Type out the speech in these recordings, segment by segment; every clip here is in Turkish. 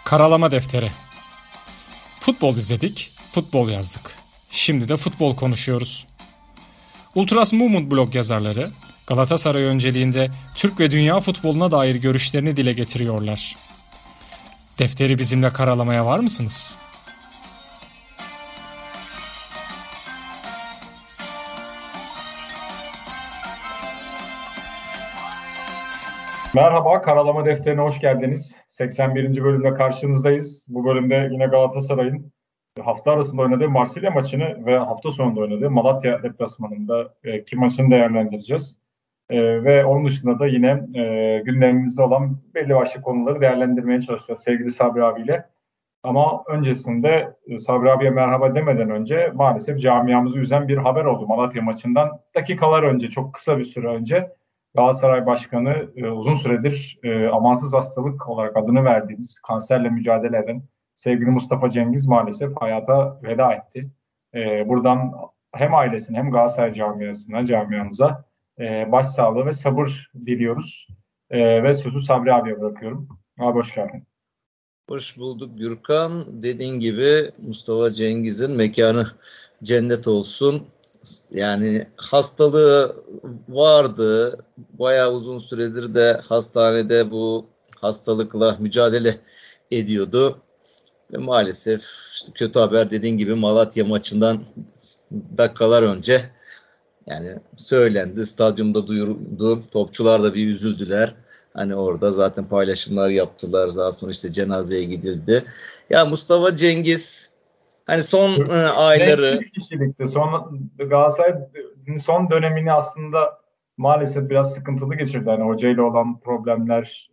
Karalama defteri. Futbol izledik, futbol yazdık. Şimdi de futbol konuşuyoruz. Ultras Movement blog yazarları Galatasaray önceliğinde Türk ve dünya futboluna dair görüşlerini dile getiriyorlar. Defteri bizimle karalamaya var mısınız? Merhaba, Karalama Defteri'ne hoş geldiniz. 81. bölümde karşınızdayız. Bu bölümde yine Galatasaray'ın hafta arasında oynadığı Marsilya maçını ve hafta sonunda oynadığı Malatya deplasmanındaki maçını değerlendireceğiz. Ve onun dışında da yine gündemimizde olan belli başlı konuları değerlendirmeye çalışacağız sevgili Sabri abiyle. Ama öncesinde Sabri abiye merhaba demeden önce maalesef camiamızı üzen bir haber oldu Malatya maçından. Dakikalar önce, çok kısa bir süre önce Galatasaray Başkanı uzun süredir amansız hastalık olarak adını verdiğimiz kanserle mücadele eden sevgili Mustafa Cengiz maalesef hayata veda etti. Buradan hem ailesine hem Galatasaray camiamıza başsağlığı ve sabır diliyoruz. Ve sözü Sabri abiye bırakıyorum. Abi hoş geldin. Hoş bulduk Gürkan. Dediğin gibi Mustafa Cengiz'in mekanı cennet olsun. Yani hastalığı vardı. Bayağı uzun süredir de hastanede bu hastalıkla mücadele ediyordu. Ve maalesef işte kötü haber dediğin gibi Malatya maçından dakikalar önce yani söylendi. Stadyumda duyuruldu. Topçular da bir üzüldüler. Hani orada zaten paylaşımlar yaptılar. Daha sonra işte cenazeye gidildi. Ya Mustafa Cengiz hani son ayları bir kişilikti. Galatasaray'ın son dönemini aslında maalesef biraz sıkıntılı geçirdi. Hani hocayla olan problemler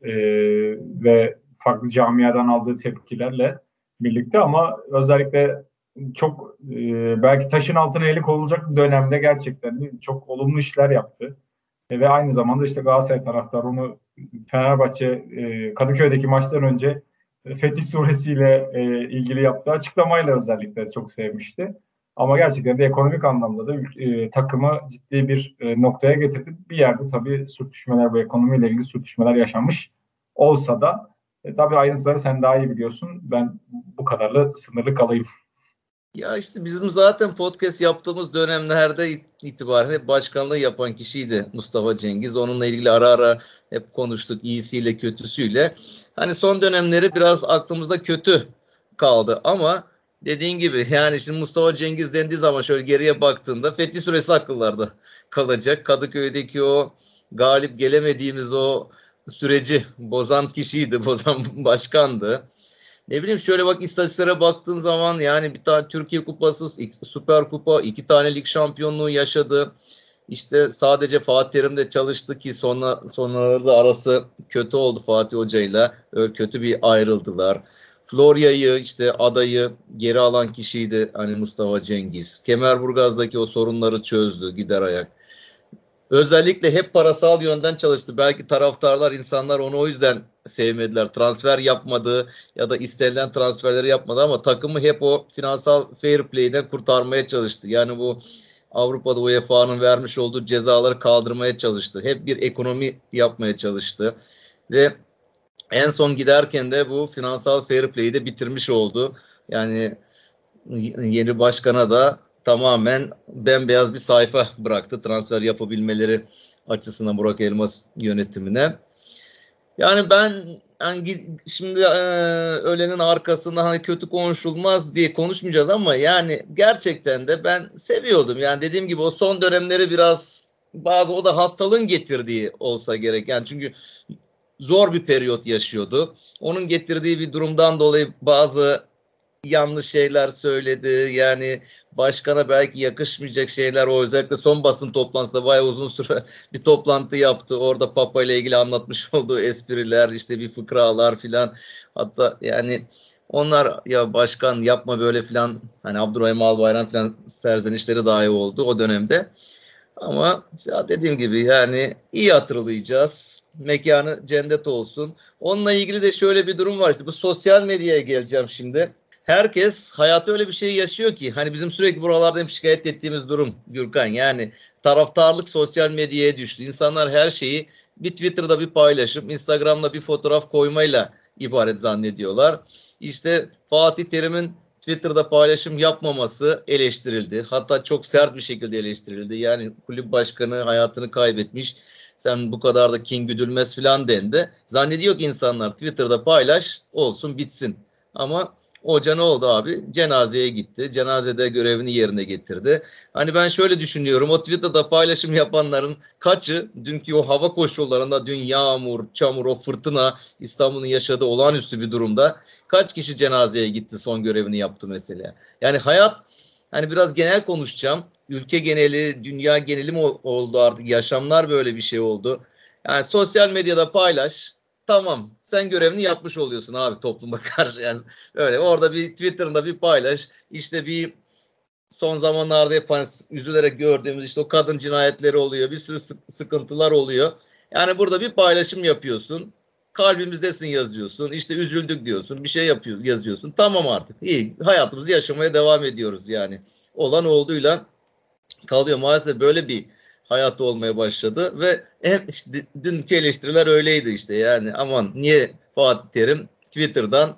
ve farklı camiadan aldığı tepkilerle birlikte, ama özellikle çok belki taşın altına eli konulacak bir dönemde gerçekten çok olumlu işler yaptı. Ve aynı zamanda işte Galatasaray taraftarı onu Fenerbahçe Kadıköy'deki maçtan önce Fetih Suresi'yle ilgili yaptığı açıklamayla özellikle çok sevmişti. Ama gerçekten de ekonomik anlamda da takımı ciddi bir noktaya getirdi. Bir yerde tabii sürtüşmeler, bu ekonomiyle ilgili sürtüşmeler yaşanmış olsa da tabii ayrıntıları sen daha iyi biliyorsun. Ben bu kadarla sınırlı kalayım. Ya işte bizim zaten podcast yaptığımız dönemlerde itibaren hep başkanlığı yapan kişiydi Mustafa Cengiz. Onunla ilgili ara ara hep konuştuk, iyisiyle kötüsüyle. Hani son dönemleri biraz aklımızda kötü kaldı ama dediğin gibi yani şimdi Mustafa Cengiz dendiği zaman şöyle geriye baktığında Fetih Suresi akıllarda kalacak. Kadıköy'deki o galip gelemediğimiz o süreci bozan kişiydi, bozan başkandı. Ne bileyim şöyle bak istatistiklere baktığın zaman yani bir tane Türkiye Kupası, Süper Kupa, 2 tane lig şampiyonluğu yaşadı. İşte sadece Fatih Terim'de çalıştı ki sonralarda arası kötü oldu Fatih Hoca'yla. Öyle kötü bir ayrıldılar. Florya'yı işte adayı geri alan kişiydi hani Mustafa Cengiz. Kemerburgaz'daki o sorunları çözdü gider ayak. Özellikle hep parasal yönden çalıştı. Belki taraftarlar, insanlar onu o yüzden sevmediler. Transfer yapmadı ya da istenilen transferleri yapmadı ama takımı hep o finansal fair play'den kurtarmaya çalıştı. Yani bu Avrupa'da UEFA'nın vermiş olduğu cezaları kaldırmaya çalıştı. Hep bir ekonomi yapmaya çalıştı. Ve en son giderken de bu finansal fair play'i de bitirmiş oldu. Yani yeni başkana da tamamen bembeyaz bir sayfa bıraktı transfer yapabilmeleri açısından Burak Elmas yönetimine. Yani ben şimdi ölenin arkasında hani kötü konuşulmaz diye konuşmayacağız ama yani gerçekten de ben seviyordum. Yani dediğim gibi o son dönemleri biraz o da hastalığın getirdiği olsa gerek. Yani çünkü zor bir periyot yaşıyordu. Onun getirdiği bir durumdan dolayı bazı yanlış şeyler söyledi. Yani başkana belki yakışmayacak şeyler, o özellikle son basın toplantısında bayağı uzun süre bir toplantı yaptı. Orada Papa ile ilgili anlatmış olduğu espriler, işte bir fıkralar filan. Hatta yani onlar ya başkan yapma böyle filan, hani Abdurrahim Albayrak filan serzenişleri dahi oldu o dönemde. Ama dediğim gibi yani iyi hatırlayacağız. Mekanı cennet olsun. Onunla ilgili de şöyle bir durum var. İşte bu sosyal medyaya geleceğim şimdi. Herkes hayatta öyle bir şey yaşıyor ki hani bizim sürekli buralarda hep şikayet ettiğimiz durum Gürkan. Yani taraftarlık sosyal medyaya düştü. İnsanlar her şeyi bir Twitter'da bir paylaşım, Instagram'da bir fotoğraf koymayla ibaret zannediyorlar. İşte Fatih Terim'in Twitter'da paylaşım yapmaması eleştirildi. Hatta çok sert bir şekilde eleştirildi. Yani kulüp başkanı hayatını kaybetmiş. Sen bu kadar da kin güdülmez falan dendi. Zannediyor ki insanlar Twitter'da paylaş olsun bitsin. Ama hoca ne oldu abi? Cenazeye gitti. Cenazede görevini yerine getirdi. Hani ben şöyle düşünüyorum. O Twitter'da paylaşım yapanların kaçı dünkü o hava koşullarında dün yağmur, çamur, o fırtına İstanbul'un yaşadığı olağanüstü bir durumda kaç kişi cenazeye gitti son görevini yaptı mesela. Yani hayat hani biraz genel konuşacağım. Ülke geneli, dünya geneli mi oldu artık? Yaşamlar böyle bir şey oldu. Yani sosyal medyada paylaş. Tamam. Sen görevini yapmış oluyorsun abi topluma karşı. Yani öyle orada bir Twitter'ında bir paylaş. İşte bir son zamanlarda hep hani üzülerek gördüğümüz işte o kadın cinayetleri oluyor. Bir sürü sıkıntılar oluyor. Yani burada bir paylaşım yapıyorsun. Kalbimizdesin yazıyorsun. İşte üzüldük diyorsun. Bir şey yapıyorsun, yazıyorsun. Tamam artık. İyi. Hayatımızı yaşamaya devam ediyoruz yani. Olan olduğuyla kalıyor. Maalesef böyle bir hayat olmaya başladı ve hem işte dünkü eleştiriler öyleydi işte yani aman niye Fatih Terim Twitter'dan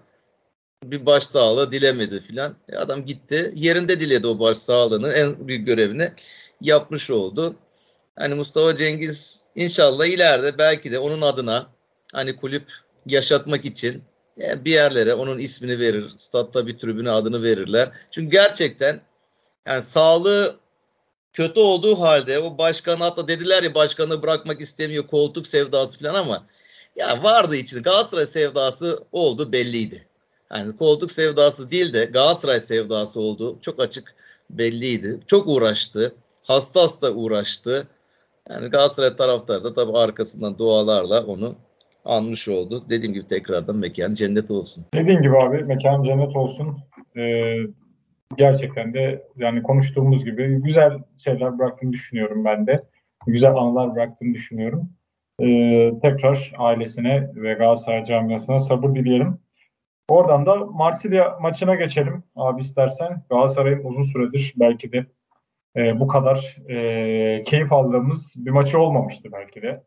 bir başsağlığı dilemedi filan. Adam gitti yerinde diledi o başsağlığını en büyük görevini yapmış oldu. Hani Mustafa Cengiz inşallah ileride belki de onun adına hani kulüp yaşatmak için bir yerlere onun ismini verir. Statta bir tribüne adını verirler. Çünkü gerçekten yani sağlığı kötü olduğu halde o başkan hatta dediler ya başkanı bırakmak istemiyor koltuk sevdası falan ama ya vardı içinde Galatasaray sevdası oldu belliydi. Yani koltuk sevdası değil de Galatasaray sevdası oldu çok açık belliydi. Çok uğraştı. Hasta uğraştı. Yani Galatasaray taraftarı da tabii arkasından dualarla onu anmış oldu. Dediğim gibi tekrardan mekanı cennet olsun. Dediğin gibi abi mekan cennet olsun. Gerçekten de yani konuştuğumuz gibi güzel şeyler bıraktığını düşünüyorum ben de. Güzel anılar bıraktığını düşünüyorum. Tekrar ailesine ve Galatasaray camiasına sabır dileyelim. Oradan da Marsilya maçına geçelim abi istersen. Galatasaray'ın uzun süredir belki de bu kadar keyif aldığımız bir maçı olmamıştı belki de.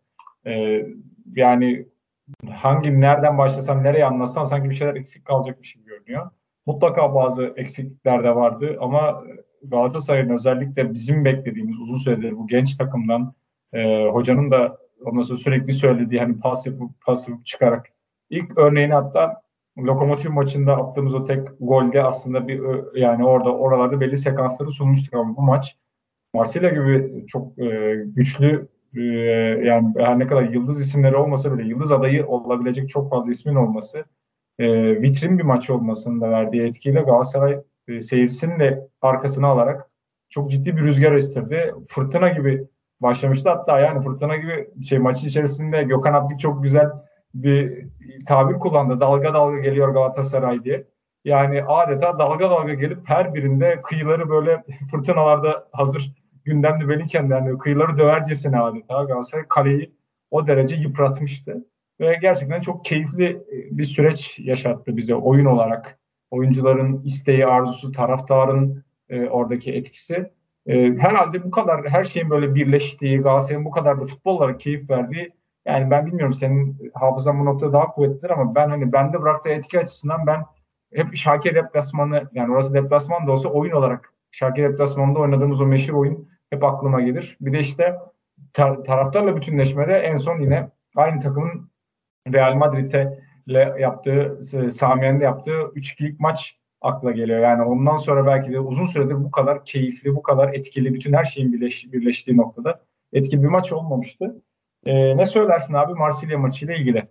Yani nereden başlasam nereye anlatsam sanki bir şeyler eksik kalacakmış gibi görünüyor. Mutlaka bazı eksiklikler de vardı ama Galatasaray'ın özellikle bizim beklediğimiz uzun süredir bu genç takımdan hocanın da ondan sonra sürekli söylediği hani pasif çıkarak ilk örneğini hatta Lokomotiv maçında attığımız o tek golde aslında bir yani oralarda belli sekansları sunmuştuk ama bu maç Marsilya gibi çok güçlü yani her ne kadar yıldız isimleri olmasa bile yıldız adayı olabilecek çok fazla ismin olması vitrin bir maç olmasının da verdiği etkiyle Galatasaray seyircisini de arkasına alarak çok ciddi bir rüzgar estirdi. Fırtına gibi başlamıştı. Hatta yani fırtına gibi maçın içerisinde Gökhan Abdik çok güzel bir tabir kullandı. Dalga dalga geliyor Galatasaray diye. Yani adeta dalga dalga gelip her birinde kıyıları böyle fırtınalarda hazır gündemde belirken yani kıyıları dövercesine adeta Galatasaray kaleyi o derece yıpratmıştı. Ve gerçekten çok keyifli bir süreç yaşattı bize oyun olarak. Oyuncuların isteği, arzusu, taraftarın oradaki etkisi. Herhalde bu kadar her şeyin böyle birleştiği, Galatasaray'ın bu kadar da futbol olarak keyif verdiği yani ben bilmiyorum senin hafızan bu noktada daha kuvvetlidir ama ben hani bende bıraktığı etki açısından ben hep Schalke deplasmanı yani orası deplasman da olsa oyun olarak Schalke deplasmanında oynadığımız o meşhur oyun hep aklıma gelir. Bir de işte taraftarla bütünleşmede en son yine aynı takımın Real Madrid'le yaptığı, Samiyen'de yaptığı 3-2'lik maç akla geliyor. Yani ondan sonra belki de uzun süredir bu kadar keyifli, bu kadar etkili, bütün her şeyin birleştiği noktada etkili bir maç olmamıştı. Ne söylersin abi Marsilya maçıyla ilgili?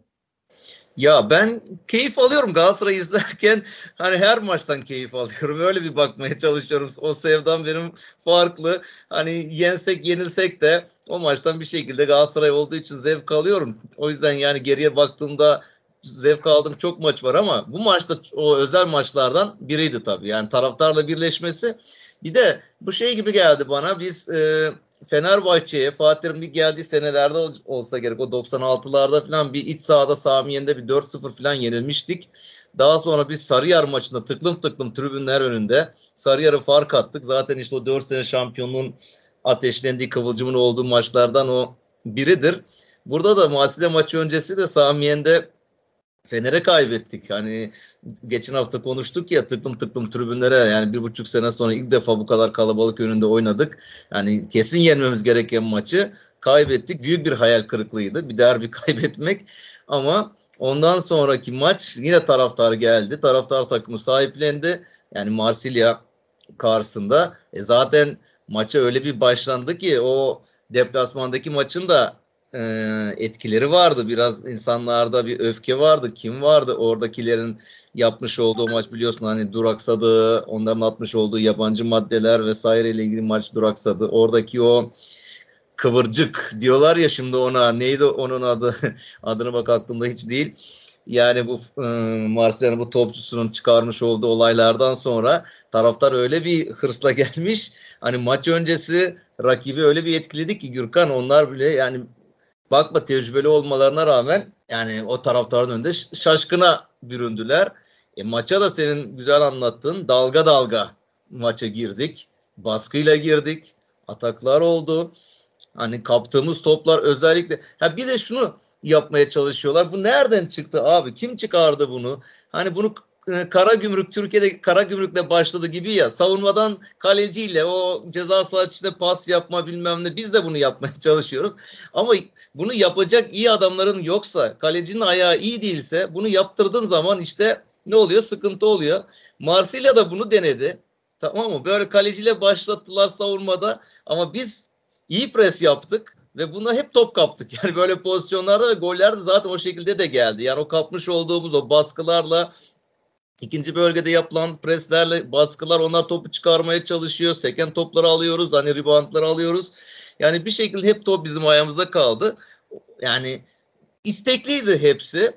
Ya ben keyif alıyorum Galatasaray izlerken hani her maçtan keyif alıyorum. Öyle bir bakmaya çalışıyorum. O sevdam benim farklı. Hani yensek yenilsek de o maçtan bir şekilde Galatasaray olduğu için zevk alıyorum. O yüzden yani geriye baktığımda zevk aldığım çok maç var ama bu maçta o özel maçlardan biriydi tabii. Yani taraftarla birleşmesi. Bir de bu şey gibi geldi bana. Biz Fenerbahçe'ye Fatih Terim'in geldiği senelerde olsa gerek o 96'larda falan bir iç sahada Samiyen'de bir 4-0 falan yenilmiştik. Daha sonra bir Sarıyer maçında tıklım tıklım tribünler önünde Sarıyer'e fark attık. Zaten işte o 4 sene şampiyonluğun ateşlendiği kıvılcımın olduğu maçlardan o biridir. Burada da Marsilya maçı öncesi de Samiyen'de Fener'e kaybettik. Hani geçen hafta konuştuk ya, tıklım tıklım tribünlere, yani 1,5 sene sonra ilk defa bu kadar kalabalık önünde oynadık. Yani kesin yenmemiz gereken maçı kaybettik. Büyük bir hayal kırıklığıydı. Bir derbi kaybetmek. Ama ondan sonraki maç yine taraftar geldi. Taraftar takımı sahiplendi. Yani Marsilya karşısında. Zaten maça öyle bir başlandı ki o deplasmandaki maçın da etkileri vardı. Biraz insanlarda bir öfke vardı. Kim vardı? Oradakilerin yapmış olduğu maç, biliyorsun hani duraksadı. Onların atmış olduğu yabancı maddeler vesaire ile ilgili maç duraksadı. Oradaki o kıvırcık diyorlar ya şimdi ona. Neydi onun adı? Adını bak aklımda hiç değil. Yani bu Marsilya'nın bu topçusunun çıkarmış olduğu olaylardan sonra taraftar öyle bir hırsla gelmiş. Hani maç öncesi rakibi öyle bir etkiledi ki Gürkan, onlar bile yani bakma tecrübeli olmalarına rağmen yani o taraftarın önünde şaşkına büründüler. Maça da senin güzel anlattığın dalga dalga maça girdik. Baskıyla girdik. Ataklar oldu. Hani kaptığımız toplar özellikle. Ha bir de şunu yapmaya çalışıyorlar. Bu nereden çıktı abi? Kim çıkardı bunu? Hani bunu Karagümrük, Türkiye'de Karagümrük'le başladı gibi ya. Savunmadan kaleciyle o ceza sahası içinde pas yapma bilmem ne. Biz de bunu yapmaya çalışıyoruz. Ama bunu yapacak iyi adamların yoksa, kalecinin ayağı iyi değilse bunu yaptırdığın zaman işte ne oluyor? Sıkıntı oluyor. Marsilya da bunu denedi. Tamam mı? Böyle kaleciyle başlattılar savunmada ama biz iyi pres yaptık ve buna hep top kaptık. Yani böyle pozisyonlarda ve goller de zaten o şekilde de geldi. Yani o kapmış olduğumuz o baskılarla, ikinci bölgede yapılan preslerle baskılar, onlar topu çıkarmaya çalışıyor. Seken topları alıyoruz, hani reboundları alıyoruz. Yani bir şekilde hep top bizim ayağımızda kaldı. Yani istekliydi hepsi.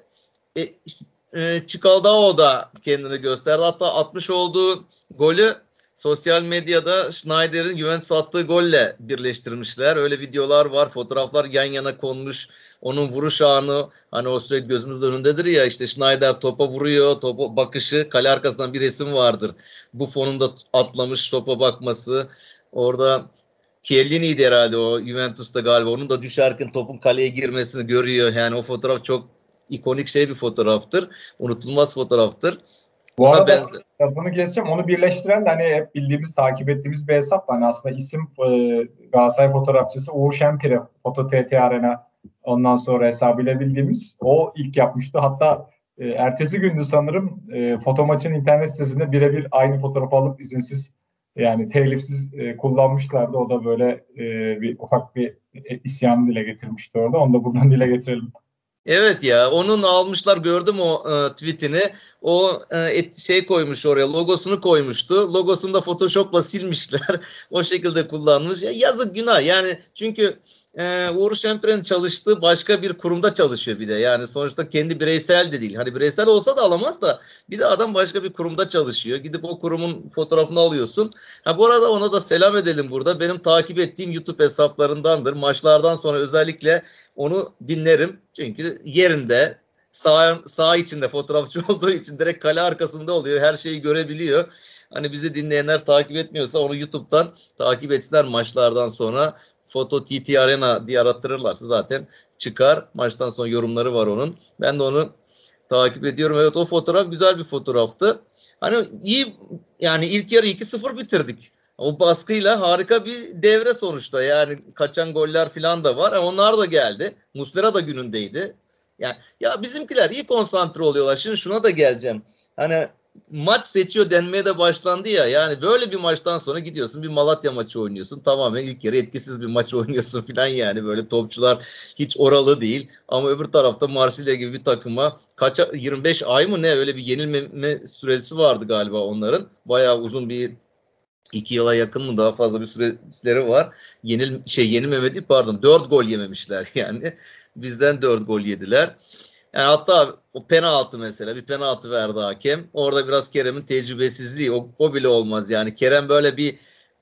Çikaldao da kendini gösterdi. Hatta atmış olduğu golü sosyal medyada Schneider'in Juventus attığı golle birleştirmişler. Öyle videolar var, fotoğraflar yan yana konmuş. Onun vuruş anı hani o sürekli gözümüzün önündedir ya, işte Schneider topa vuruyor, topa bakışı, kale arkasından bir resim vardır. Buffon'un da atlamış topa bakması. Orada Chiellini'ydi herhalde o Juventus'ta galiba. Onun da düşerken topun kaleye girmesini görüyor. Yani o fotoğraf çok ikonik bir fotoğraftır. Unutulmaz fotoğraftır. Bu arada bunu keseceğim. Onu birleştiren de hani hep bildiğimiz, takip ettiğimiz bir hesap. Hani aslında isim Galatasaray fotoğrafçısı Uğur Şempire, Foto TT Arena ondan sonra hesabıyla bildiğimiz. O ilk yapmıştı. Hatta ertesi gündü sanırım foto maçın internet sitesinde birebir aynı fotoğrafı alıp izinsiz, yani telifsiz kullanmışlardı. O da böyle bir ufak bir isyanı dile getirmişti orada. Onu da buradan dile getirelim. Evet ya, onun almışlar, gördüm o tweetini. O koymuş oraya, logosunu koymuştu. Logosunu da Photoshop'la silmişler. O şekilde kullanmış. Ya, yazık, günah. Yani çünkü Uğur Şempire'nin çalıştığı başka bir kurumda çalışıyor bir de. Yani sonuçta kendi bireysel de değil. Hani bireysel olsa da alamaz da bir de adam başka bir kurumda çalışıyor. Gidip o kurumun fotoğrafını alıyorsun. Ha, bu arada ona da selam edelim burada. Benim takip ettiğim YouTube hesaplarındandır. Maçlardan sonra özellikle onu dinlerim. Çünkü yerinde, sağ içinde fotoğrafçı olduğu için direkt kale arkasında oluyor. Her şeyi görebiliyor. Hani bizi dinleyenler takip etmiyorsa onu YouTube'dan takip etsinler maçlardan sonra. Foto TT Arena diye arattırırlarsa zaten çıkar. Maçtan sonra yorumları var onun. Ben de onu takip ediyorum. Evet, o fotoğraf güzel bir fotoğraftı. Hani iyi, yani ilk yarı 2-0 bitirdik. O baskıyla harika bir devre sonuçta. Yani kaçan goller falan da var. Onlar da geldi. Muslera da günündeydi. Yani ya bizimkiler iyi konsantre oluyorlar. Şimdi şuna da geleceğim. Hani maç seçiyor denmeye de başlandı ya. Yani böyle bir maçtan sonra gidiyorsun, bir Malatya maçı oynuyorsun. Tamamen ilk yarı etkisiz bir maç oynuyorsun falan yani. Böyle topçular hiç oralı değil. Ama öbür tarafta Marsilya gibi bir takıma 25 ay mı ne, öyle bir yenilmeme süresi vardı galiba onların. Bayağı uzun bir 2 yıla yakın mı, daha fazla bir süreçleri var. Yenilmemedi, pardon, 4 gol yememişler yani. Bizden 4 gol yediler. Yani hatta o penaltı, mesela bir penaltı verdi hakem. Orada biraz Kerem'in tecrübesizliği, o bile olmaz yani. Kerem böyle bir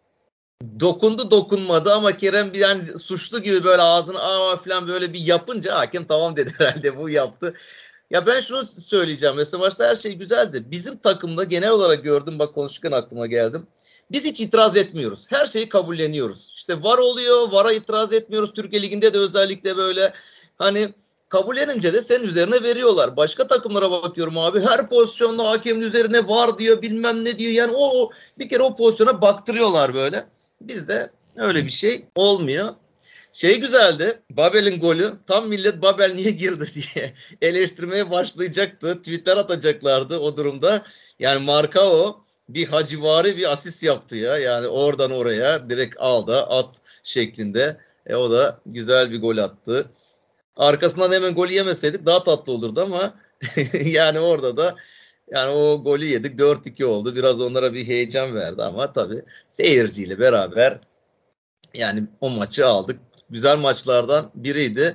dokunmadı ama Kerem bir yani suçlu gibi böyle ağzını falan böyle bir yapınca hakem tamam dedi herhalde, bu yaptı. Ya ben şunu söyleyeceğim. Mesela maçta her şey güzeldi. Bizim takımda genel olarak gördüm, bak konuşurken aklıma geldim. Biz hiç itiraz etmiyoruz. Her şeyi kabulleniyoruz. İşte VAR oluyor, VAR'a itiraz etmiyoruz. Türkiye Ligi'nde de özellikle böyle hani kabullenince de senin üzerine veriyorlar. Başka takımlara bakıyorum abi. Her pozisyonda hakemin üzerine var diyor, bilmem ne diyor. Yani o bir kere o pozisyona baktırıyorlar böyle. Bizde öyle bir şey olmuyor. Şey güzeldi. Babel'in golü. Tam millet Babel niye girdi diye eleştirmeye başlayacaktı. Tweetler atacaklardı o durumda. Yani Marcao bir hacivari bir asist yaptı ya. Yani oradan oraya direkt al da at şeklinde. O da güzel bir gol attı. Arkasından hemen golü yemeseydik daha tatlı olurdu ama yani orada da yani o golü yedik, 4-2 oldu. Biraz onlara bir heyecan verdi ama tabii seyirciyle beraber yani o maçı aldık. Güzel maçlardan biriydi.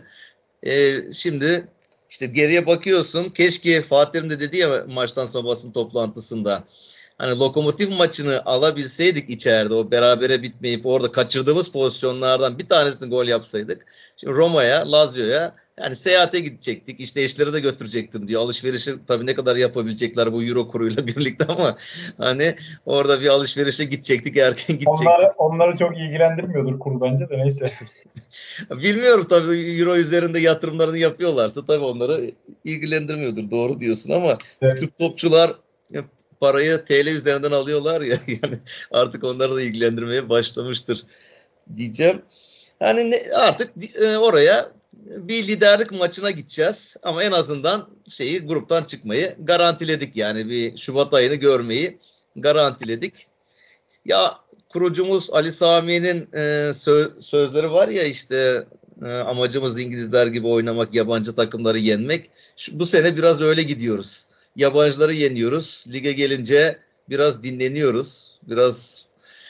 Şimdi işte geriye bakıyorsun. Keşke Fatih Terim de dedi ya maçtan sonra basın toplantısında. Hani Lokomotiv maçını alabilseydik içeride, o berabere bitmeyip orada kaçırdığımız pozisyonlardan bir tanesini gol yapsaydık. Şimdi Roma'ya, Lazio'ya yani seyahate gidecektik. İşte eşleri de götürecektim diyor. Alışverişi tabii ne kadar yapabilecekler bu euro kuruyla birlikte ama hani orada bir alışverişe gidecektik, erken gidecektik. Onları çok ilgilendirmiyordur kur bence de, neyse. Bilmiyorum tabii, euro üzerinde yatırımlarını yapıyorlarsa tabii onları ilgilendirmiyordur. Doğru diyorsun ama Evet. Türk topçular parayı TL üzerinden alıyorlar ya, yani artık onları da ilgilendirmeye başlamıştır diyeceğim. Hani artık oraya bir liderlik maçına gideceğiz ama en azından gruptan çıkmayı garantiledik, yani bir Şubat ayını görmeyi garantiledik. Ya kurucumuz Ali Sami'nin sözleri var ya, işte amacımız İngilizler gibi oynamak, yabancı takımları yenmek. Bu sene biraz öyle gidiyoruz. Yabancıları yeniyoruz. Lige gelince biraz dinleniyoruz. Biraz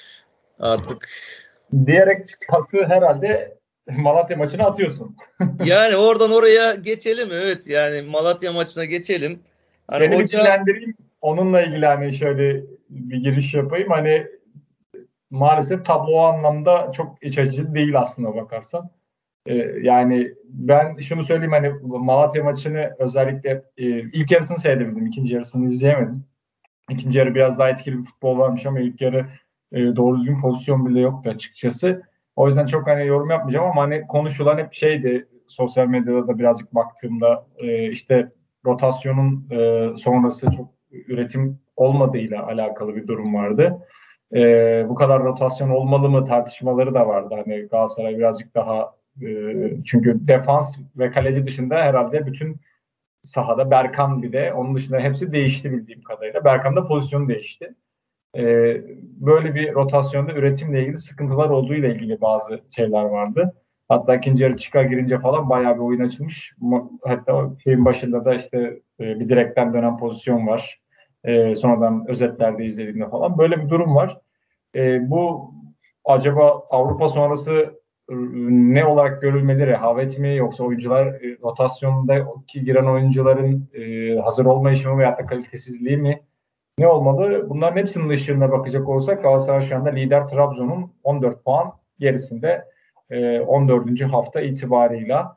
artık diyerek pası herhalde Malatya maçına atıyorsun. yani oradan oraya geçelim. Evet, yani Malatya maçına geçelim. Hani Seni bilgilendireyim. Onunla ilgili hani şöyle bir giriş yapayım. Hani maalesef tablo o anlamda çok iç açıcı değil aslında bakarsan. Yani ben şunu söyleyeyim, hani Malatya maçını özellikle ilk yarısını seyredebildim. İkinci yarısını izleyemedim. İkinci yarı biraz daha etkili bir futbol varmış ama ilk yarı doğru düzgün pozisyon bile yoktu açıkçası. O yüzden çok hani yorum yapmayacağım ama hani konuşulan hep şeydi, sosyal medyada da birazcık baktığımda işte rotasyonun sonrası çok üretim olmadığıyla alakalı bir durum vardı. Bu kadar rotasyon olmalı mı tartışmaları da vardı. Hani Galatasaray birazcık daha çünkü defans ve kaleci dışında herhalde bütün sahada Berkan, bir de onun dışında hepsi değişti bildiğim kadarıyla. Berkan da pozisyonu değişti. Böyle bir rotasyonda üretimle ilgili sıkıntılar olduğu ile ilgili bazı şeyler vardı. Hatta ikinci yarı çıka girince falan bayağı bir oyun açılmış. Hatta şeyin başında da işte bir direkten dönen pozisyon var. Sonradan özetlerde izlediğimde falan böyle bir durum var. Bu acaba Avrupa sonrası ne olarak görülmeli? Rehavet mi, yoksa oyuncular rotasyondaki giren oyuncuların hazır olmayışı mı veyahut da kalitesizliği mi? Ne olmalı? Bunların hepsinin ışığına bakacak olursak Galatasaray şu anda lider Trabzon'un 14 puan gerisinde 14. hafta itibarıyla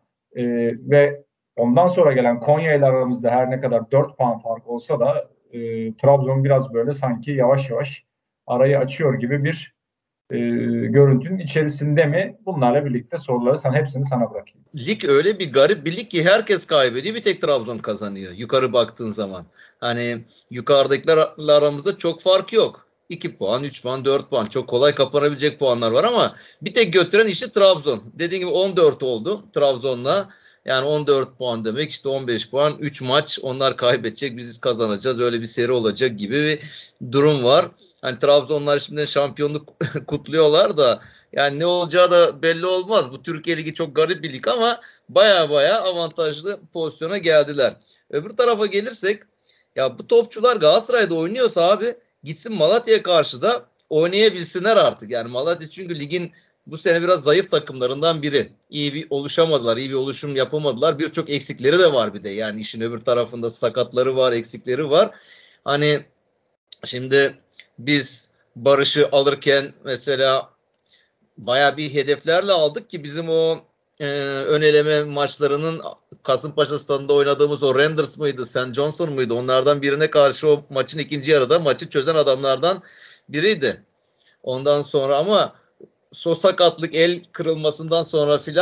ve ondan sonra gelen Konya ile aramızda her ne kadar 4 puan fark olsa da Trabzon biraz böyle sanki yavaş yavaş arayı açıyor gibi bir görüntünün içerisinde mi? Bunlarla birlikte soruları hepsini sana bırakayım. Lig öyle bir garip bir lig ki herkes kaybediyor, bir tek Trabzon kazanıyor yukarı baktığın zaman. Hani yukarıdakilerle aramızda çok fark yok. 2 puan, 3 puan, 4 puan çok kolay kapanabilecek puanlar var ama bir tek götüren işte Trabzon. Dediğim gibi 14 oldu Trabzon'la. Yani 14 puan demek işte 15 puan, 3 maç onlar kaybedecek, biz kazanacağız, öyle bir seri olacak gibi bir durum var. Hani Trabzonlar şimdi şampiyonluk kutluyorlar da yani ne olacağı da belli olmaz. Bu Türkiye Ligi çok garip bir lig ama baya avantajlı pozisyona geldiler. Öbür tarafa gelirsek, ya bu topçular Galatasaray'da oynuyorsa abi gitsin Malatya'ya karşı da oynayabilsinler artık. Yani Malatya çünkü ligin bu sene biraz zayıf takımlarından biri. İyi bir oluşamadılar, iyi bir oluşum yapamadılar. Birçok eksikleri de var bir de. Yani işin öbür tarafında sakatları var, eksikleri var. Hani şimdi biz Barış'ı alırken mesela bayağı bir hedeflerle aldık ki bizim o ön eleme maçlarının Kasımpaşa stadında oynadığımız o Renders mıydı, St. Johnson muydu? Onlardan birine karşı o maçın ikinci yarıda maçı çözen adamlardan biriydi. Ondan sonra ama sakatlık, el kırılmasından sonra filan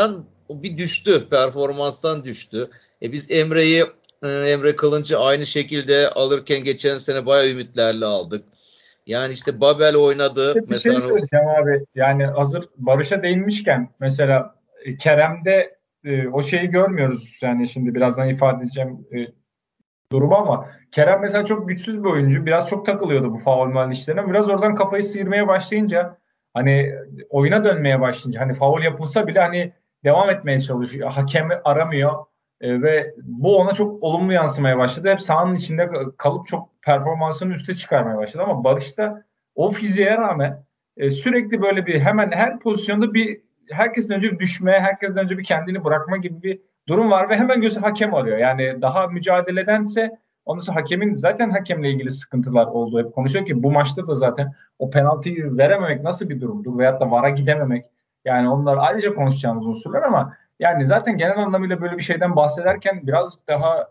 o bir düştü. Performanstan düştü. Biz Emre Kılınç'ı aynı şekilde alırken geçen sene bayağı ümitlerle aldık. Yani işte Babel oynadı. Bir şey Mesela söyleyeceğim abi. Yani hazır Barış'a değinmişken mesela Kerem'de o şeyi görmüyoruz. Yani şimdi birazdan ifade edeceğim durumu ama Kerem mesela çok güçsüz bir oyuncu. Biraz çok takılıyordu bu faul işlerine. Biraz oradan kafayı sıyırmaya başlayınca hani oyuna dönmeye başlayınca hani faul yapılsa bile hani devam etmeye çalışıyor. Hakemi aramıyor. Ve bu ona çok olumlu yansımaya başladı. Hep sahanın içinde kalıp çok performansını üste çıkarmaya başladı. Ama Barış'ta o fiziğe rağmen sürekli böyle bir hemen her pozisyonda bir herkesten önce bir düşme, herkesten önce bir kendini bırakma gibi bir durum var ve hemen gözü hakem arıyor. Yani daha mücadeledense ondan sonra zaten hakemle ilgili sıkıntılar oldu. Hep konuşuyor ki bu maçta da zaten o penaltıyı verememek nasıl bir durumdur veyahut da VAR'a gidememek. Yani onlar ayrıca konuşacağımız unsurlar ama yani zaten genel anlamıyla böyle bir şeyden bahsederken birazcık daha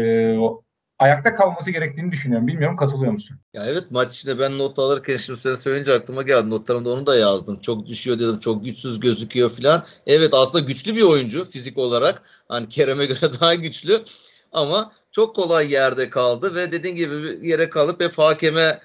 ayakta kalması gerektiğini düşünüyorum. Bilmiyorum, katılıyor musun? ya evet, maç içinde ben not alırken şimdi sen söyleyince aklıma geldi. Notlarımda onu da yazdım. Çok düşüyor dedim. Çok güçsüz gözüküyor falan. Evet, aslında güçlü bir oyuncu fizik olarak. Hani Kerem'e göre daha güçlü. Ama çok kolay yerde kaldı ve dediğin gibi yere kalıp hep hakeme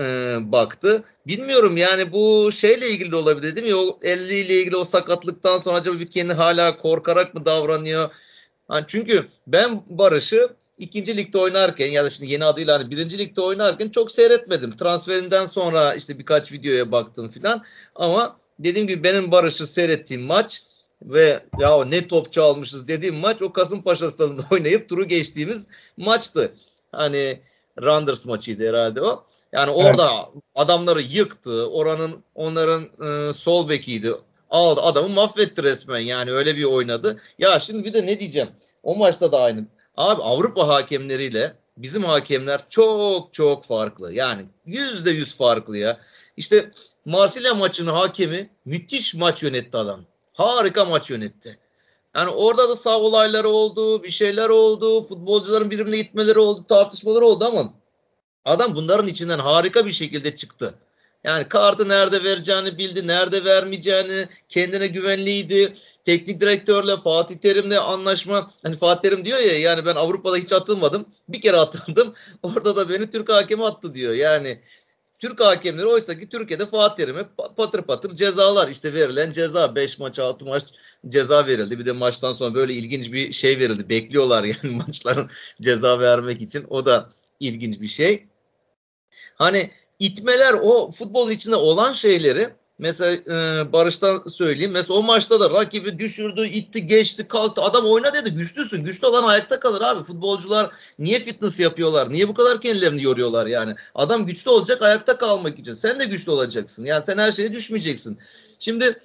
baktı. Bilmiyorum yani bu şeyle ilgili de olabilir değil mi? O eliyle ilgili o sakatlıktan sonra acaba bir kendi hala korkarak mı davranıyor? Hani çünkü ben Barış'ı İkinci ligde oynarken ya da şimdi yeni adıyla hani birinci ligde oynarken çok seyretmedim. Transferinden sonra işte birkaç videoya baktım filan. Ama dediğim gibi benim Barış'ı seyrettiğim maç ve ya ne topçu almışız dediğim maç o Kasımpaşa stadında oynayıp turu geçtiğimiz maçtı. Hani Randers maçıydı herhalde o. Yani orada adamları yıktı. Onların sol bekiydi. Aldı adamı, mahvetti resmen. Yani öyle bir oynadı. Ya şimdi bir de ne diyeceğim? O maçta da aynı. Abi Avrupa hakemleriyle bizim hakemler çok çok farklı. Yani %100 farklı ya. İşte Marsilya maçının hakemi müthiş maç yönetti adam. Harika maç yönetti. Yani orada da sağ olayları oldu, bir şeyler oldu, futbolcuların birbirine gitmeleri oldu, tartışmaları oldu ama adam bunların içinden harika bir şekilde çıktı. Yani kartı nerede vereceğini bildi, nerede vermeyeceğini, kendine güvenliydi. Teknik direktörle, Fatih Terim'le anlaşma. Hani Fatih Terim diyor ya, yani ben Avrupa'da hiç atılmadım. Bir kere atıldım. Orada da beni Türk hakemi attı diyor. Yani Türk hakemleri oysa ki Türkiye'de Fatih Terim'e patır patır cezalar. İşte verilen ceza 5 maç 6 maç ceza verildi. Bir de maçtan sonra böyle ilginç bir şey verildi. Bekliyorlar yani maçların ceza vermek için. O da ilginç bir şey. Hani itmeler o futbolun içinde olan şeyleri mesela Barış'tan söyleyeyim. Mesela o maçta da rakibi düşürdü, itti, geçti, kalktı. Adam oyna dedi. Güçlüsün. Güçlü olan ayakta kalır abi. Futbolcular niye fitness yapıyorlar? Niye bu kadar kendilerini yoruyorlar yani? Adam güçlü olacak ayakta kalmak için. Sen de güçlü olacaksın. Yani sen her şeye düşmeyeceksin. Şimdi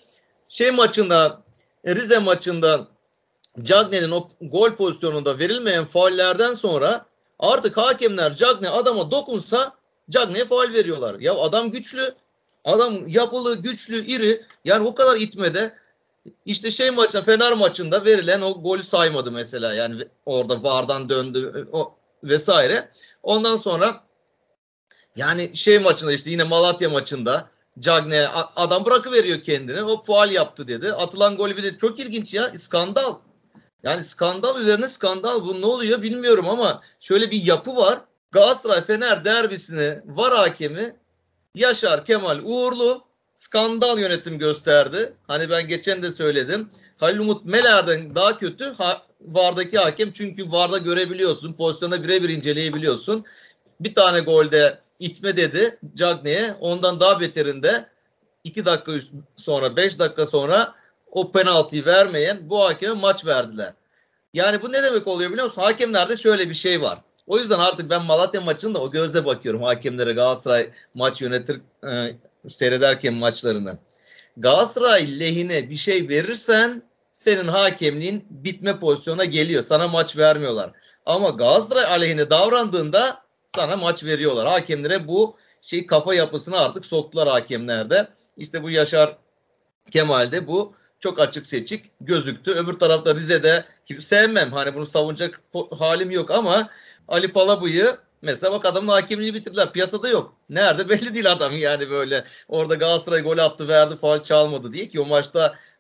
Rize maçında Cagney'in o gol pozisyonunda verilmeyen faullerden sonra artık hakemler Cagney adama dokunsa Cagney'e faul veriyorlar. Ya adam güçlü, adam yapılı, güçlü, iri. Yani o kadar itmede işte Fener maçında verilen o golü saymadı mesela. Yani orada VAR'dan döndü o vesaire. Ondan sonra yani maçında işte yine Malatya maçında Cagney adam bırakıveriyor kendini. Hop faul yaptı dedi. Atılan golü bir de çok ilginç ya. Skandal. Yani skandal üzerine skandal. Bu ne oluyor bilmiyorum ama şöyle bir yapı var. Galatasaray-Fener derbisini VAR hakemi Yaşar Kemal Uğurlu skandal yönetim gösterdi. Hani ben geçen de söyledim. Halil Umut Meler'den daha kötü VAR'daki hakem. Çünkü VAR'da görebiliyorsun. Pozisyona birebir inceleyebiliyorsun. Bir tane golde itme dedi Cagney'e. Ondan daha beterinde 2 dakika sonra 5 dakika sonra o penaltıyı vermeyen bu hakeme maç verdiler. Yani bu ne demek oluyor biliyor musun? Hakemlerde şöyle bir şey var. O yüzden artık ben Malatya maçında o gözle bakıyorum hakemlere, Galatasaray maç seyrederken maçlarını. Galatasaray lehine bir şey verirsen senin hakemliğin bitme pozisyona geliyor. Sana maç vermiyorlar. Ama Galatasaray aleyhine davrandığında sana maç veriyorlar. Hakemlere bu kafa yapısını artık soktular hakemlerde. İşte bu Yaşar Kemal'de bu çok açık seçik gözüktü. Öbür tarafta Rize'de sevmem. Hani bunu savunacak halim yok ama Ali Palabıyık'ı mesela bak adamın hakemliğini bitirdiler. Piyasada yok. Nerede belli değil adam yani böyle. Orada Galatasaray gol attı verdi faul çalmadı diye ki o maçta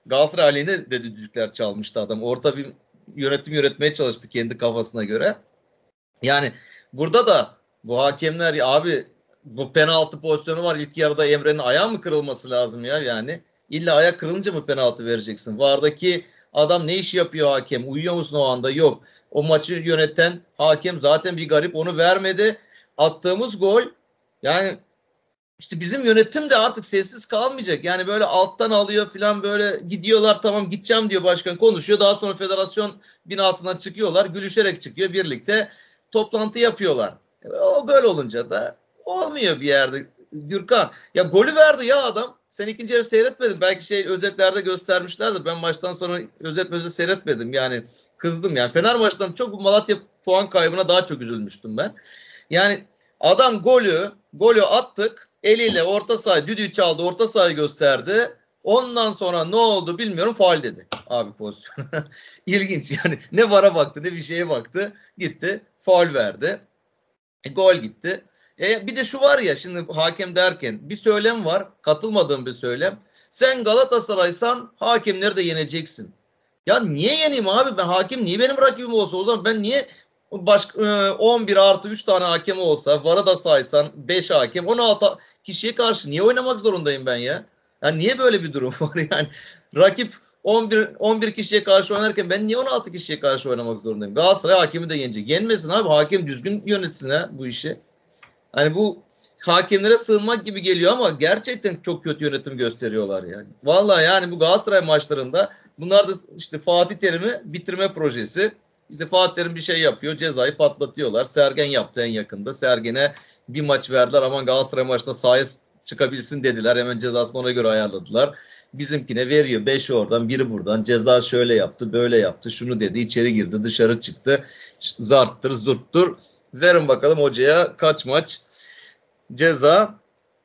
Galatasaray aleyhine de düdükler çalmıştı adam. Orta bir yönetim yönetmeye çalıştı kendi kafasına göre. Yani burada da bu hakemler abi bu penaltı pozisyonu var. İlk yarıda Emre'nin ayağı mı kırılması lazım ya yani? İlla ayak kırılınca mı penaltı vereceksin? VAR'daki adam ne iş yapıyor hakem? Uyuyor musun o anda? Yok. O maçı yöneten hakem zaten bir garip, onu vermedi. Attığımız gol yani işte bizim yönetim de artık sessiz kalmayacak. Yani böyle alttan alıyor falan, böyle gidiyorlar, tamam gideceğim diyor başkan, konuşuyor. Daha sonra federasyon binasından çıkıyorlar. Gülüşerek çıkıyor, birlikte toplantı yapıyorlar. O böyle olunca da olmuyor bir yerde Gürkan. Ya golü verdi ya adam. Sen ikinci yarı seyretmedin. Belki özetlerde göstermişlerdir. Ben maçtan sonra özet seyretmedim. Yani kızdım yani. Fener maçtan çok Malatya puan kaybına daha çok üzülmüştüm ben. Yani adam golü attık. Eliyle orta saha düdüğü çaldı. Orta sahayı gösterdi. Ondan sonra ne oldu bilmiyorum. Faul dedi abi pozisyon. İlginç yani. Ne VAR'a baktı ne bir şeye baktı. Gitti. Faul verdi. Gol gitti. Bir de şu var ya, şimdi hakem derken bir söylem var. Katılmadığım bir söylem. Sen Galatasaray'san hakemleri de yeneceksin. Ya niye yeneyim abi? Ben hakem niye benim rakibim olsa? O zaman ben niye 11 artı 3 tane hakem olsa, VAR'a da saysan 5 hakem, 16 kişiye karşı niye oynamak zorundayım ben ya? Yani niye böyle bir durum var yani? Rakip 11 kişiye karşı oynarken ben niye 16 kişiye karşı oynamak zorundayım? Galatasaray hakemi de yenecek. Yenmesin abi. Hakem düzgün yönetsin ha bu işi. Hani bu hakemlere sığınmak gibi geliyor ama gerçekten çok kötü yönetim gösteriyorlar yani. Vallahi yani bu Galatasaray maçlarında bunlar da işte Fatih Terim'i bitirme projesi. İşte Fatih Terim bir şey yapıyor, cezayı patlatıyorlar. Sergen yaptı en yakında. Sergen'e bir maç verdiler, aman Galatasaray maçında sahaya çıkabilsin dediler. Hemen cezasını ona göre ayarladılar. Bizimkine veriyor 5 oradan 1 buradan, ceza şöyle yaptı böyle yaptı, şunu dedi, içeri girdi dışarı çıktı, işte zarttır zurttur, verin bakalım hocaya kaç maç ceza.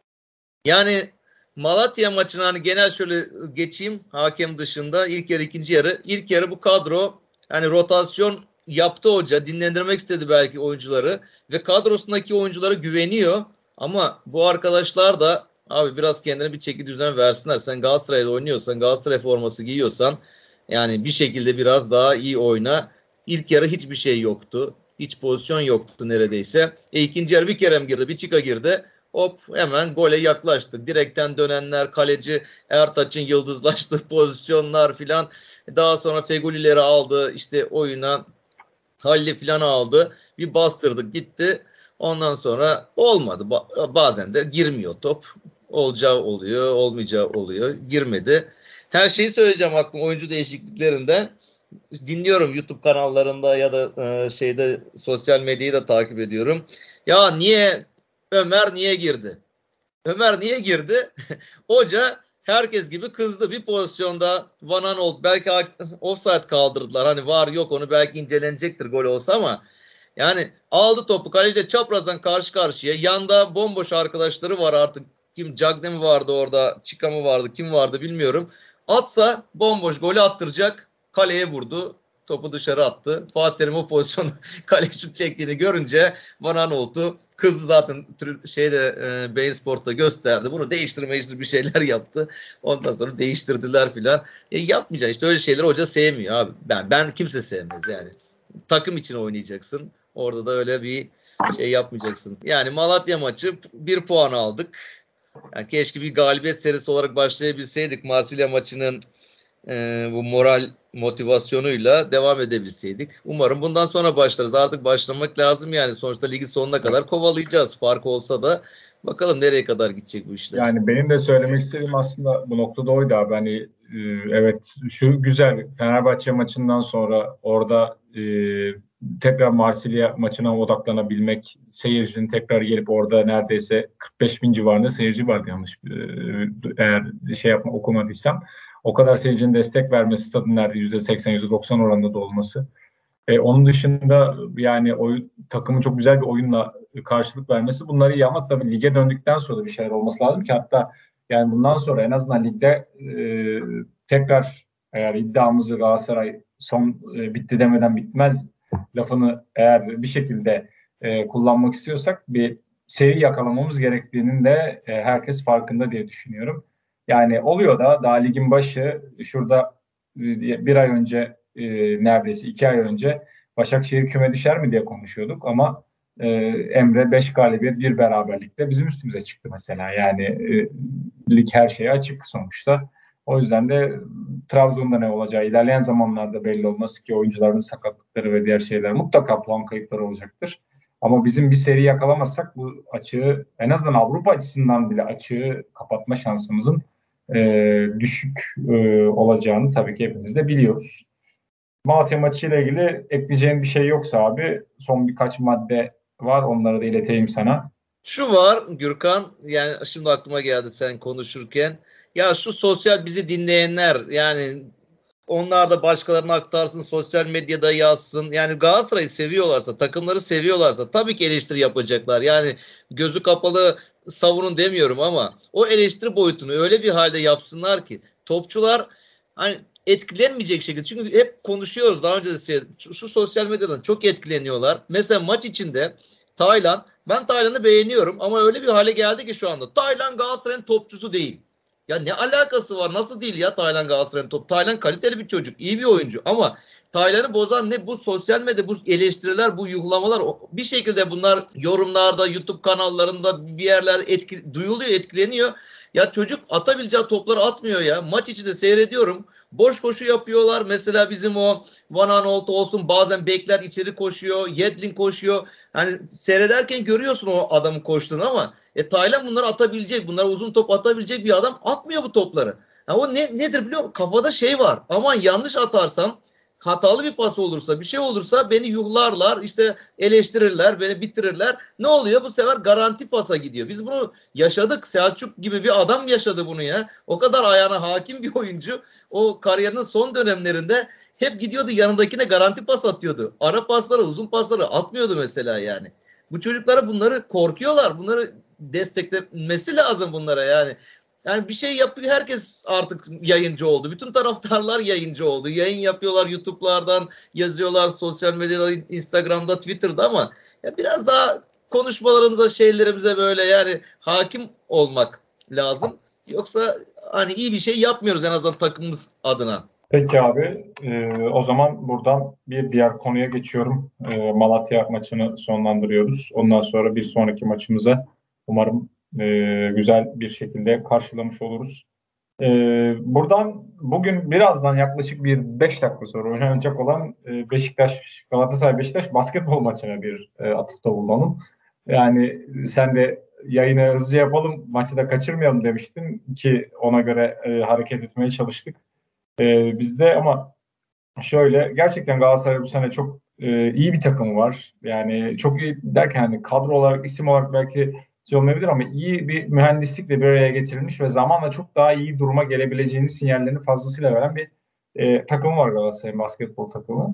Yani Malatya maçına hani genel şöyle geçeyim hakem dışında, ilk yarı ikinci yarı. İlk yarı bu kadro hani rotasyon yaptı hoca, dinlendirmek istedi belki oyuncuları ve kadrosundaki oyunculara güveniyor ama bu arkadaşlar da abi biraz kendine bir çeki düzen versinler. Sen Galatasaray'da oynuyorsan, Galatasaray forması giyiyorsan yani bir şekilde biraz daha iyi oyna. İlk yarı hiçbir şey yoktu. Hiç pozisyon yoktu neredeyse. İkinci yarı bir Kerem girdi, bir Çika girdi. Hop hemen gole yaklaştık. Direkten dönenler, kaleci Ertaç'ın yıldızlaştığı pozisyonlar filan. Daha sonra Fegulileri aldı işte oyuna. Halli filan aldı. Bir bastırdık gitti. Ondan sonra olmadı. Bazen de girmiyor top. Olacağı oluyor, olmayacağı oluyor. Girmedi. Her şeyi söyleyeceğim aklım oyuncu değişikliklerinden. Dinliyorum YouTube kanallarında ya da sosyal medyayı da takip ediyorum. Ya Ömer niye girdi? Ömer niye girdi? Hoca herkes gibi kızdı. Bir pozisyonda Van Aanholt belki offside kaldırdılar. Hani var yok onu belki incelenecektir gol olsa ama yani aldı topu kaleciyle çaprazdan karşı karşıya. Yanda bomboş arkadaşları var artık. Kim Cagne mi vardı orada? Çika mı vardı? Kim vardı bilmiyorum. Atsa bomboş golü attıracak. Kaleye vurdu. Topu dışarı attı. Fatih Terim o pozisyonda kale şut çektiğini görünce Van Aanholt'u kızdı zaten Bein Sport'ta gösterdi. Bunu değiştirme bir şeyler yaptı. Ondan sonra değiştirdiler filan. Yapmayacaksın işte öyle şeyleri hoca sevmiyor abi. Ben kimse sevmez yani. Takım için oynayacaksın. Orada da öyle bir şey yapmayacaksın. Yani Malatya maçı 1 puan aldık. Yani keşke bir galibiyet serisi olarak başlayabilseydik. Marsilya maçının bu moral motivasyonuyla devam edebilseydik. Umarım bundan sonra başlarız. Artık başlamak lazım yani. Sonuçta ligi sonuna kadar kovalayacağız. Fark olsa da bakalım nereye kadar gidecek bu işler. Yani benim de söylemek istediğim aslında bu noktada oydu abi. Hani evet şu güzel Fenerbahçe maçından sonra orada tekrar Marsilya maçına odaklanabilmek, seyircinin tekrar gelip orada neredeyse 45 bin civarında seyirci vardı yanlış eğer okumadıysam. O kadar seyircinin destek vermesi, stadın neredeyse %80, %90 oranında da olması. Onun dışında yani takımın çok güzel bir oyunla karşılık vermesi bunları iyi ama tabii lige döndükten sonra bir şeyler olması lazım ki hatta yani bundan sonra en azından ligde tekrar eğer iddiamızı Galatasaray son bitti demeden bitmez lafını eğer bir şekilde kullanmak istiyorsak bir seri yakalamamız gerektiğinin de herkes farkında diye düşünüyorum. Yani oluyor da daha ligin başı şurada bir ay önce neredeyse 2 ay önce Başakşehir küme düşer mi diye konuşuyorduk ama Emre 5 galibiyet bir beraberlikle bizim üstümüze çıktı mesela. Yani lig her şeye açık sonuçta. O yüzden de Trabzon'da ne olacağı ilerleyen zamanlarda belli olmaz ki oyuncuların sakatlıkları ve diğer şeyler mutlaka puan kayıpları olacaktır. Ama bizim bir seri yakalamazsak bu açığı en azından Avrupa açısından bile açığı kapatma şansımızın düşük olacağını tabii ki hepimiz de biliyoruz. Malatya maçıyla ilgili ekleyeceğim bir şey yoksa abi son birkaç madde var onları da ileteyim sana. Şu var Gürkan, yani şimdi aklıma geldi sen konuşurken. Ya şu sosyal bizi dinleyenler, yani onlar da başkalarına aktarsın, sosyal medyada yazsın. Yani Galatasaray'ı seviyorlarsa, takımları seviyorlarsa tabii ki eleştiri yapacaklar. Yani gözü kapalı savunun demiyorum ama o eleştiri boyutunu öyle bir halde yapsınlar ki topçular hani etkilenmeyecek şekilde. Çünkü hep konuşuyoruz, daha önce de söyledim. Şu sosyal medyadan çok etkileniyorlar. Mesela maç içinde Taylan, ben Taylan'ı beğeniyorum ama öyle bir hale geldi ki şu anda Taylan Galatasaray'ın topçusu değil. Ya ne alakası var? Nasıl değil ya Taylan Galatasaray'ın top? Taylan kaliteli bir çocuk, iyi bir oyuncu ama Taylan'ı bozan ne? Bu sosyal medya, bu eleştiriler, bu yuhlamalar, bir şekilde bunlar yorumlarda, YouTube kanallarında bir yerler duyuluyor, etkileniyor. Ya çocuk atabileceği topları atmıyor ya. Maç içinde seyrediyorum. Boş koşu yapıyorlar. Mesela bizim o Van Aanholt olsun, bazen bekler içeri koşuyor. Yedlin koşuyor. Hani seyrederken görüyorsun o adamın koştuğunu ama Taylan bunları atabilecek, bunlar uzun top atabilecek bir adam, atmıyor bu topları. Ya o nedir biliyor musun? Kafada şey var. Aman yanlış atarsam, hatalı bir pas olursa, bir şey olursa beni yuhlarlar, işte eleştirirler, beni bitirirler. Ne oluyor? Bu sefer garanti pasa gidiyor. Biz bunu yaşadık. Selçuk gibi bir adam yaşadı bunu ya. O kadar ayağına hakim bir oyuncu. O kariyerinin son dönemlerinde hep gidiyordu, yanındakine garanti pas atıyordu. Ara pasları, uzun pasları atmıyordu mesela yani. Bu çocuklara bunları korkuyorlar. Bunları desteklemesi lazım bunlara yani. Yani bir şey yapıyor, herkes artık yayıncı oldu. Bütün taraftarlar yayıncı oldu. Yayın yapıyorlar, YouTube'lardan yazıyorlar, sosyal medyada, Instagram'da, Twitter'da ama ya biraz daha konuşmalarımıza, şeylerimize böyle yani hakim olmak lazım. Yoksa hani iyi bir şey yapmıyoruz en azından takımımız adına. Peki abi, o zaman buradan bir diğer konuya geçiyorum. Malatya maçını sonlandırıyoruz. Ondan sonra bir sonraki maçımıza umarım güzel bir şekilde karşılamış oluruz. Buradan bugün birazdan yaklaşık bir 5 dakika sonra oynanacak olan Galatasaray Beşiktaş basketbol maçına bir atıfta bulunalım. Yani sen de yayını hızlıca yapalım, maçı da kaçırmayalım demiştin ki ona göre hareket etmeye çalıştık. Bizde ama şöyle gerçekten Galatasaray bu sene çok iyi bir takımı var. Yani çok iyi derken hani kadro olarak, isim olarak belki şey olmayabilir ama iyi bir mühendislikle bir araya getirilmiş ve zamanla çok daha iyi duruma gelebileceğini sinyallerini fazlasıyla veren bir takımı var Galatasaray'ın basketbol takımı.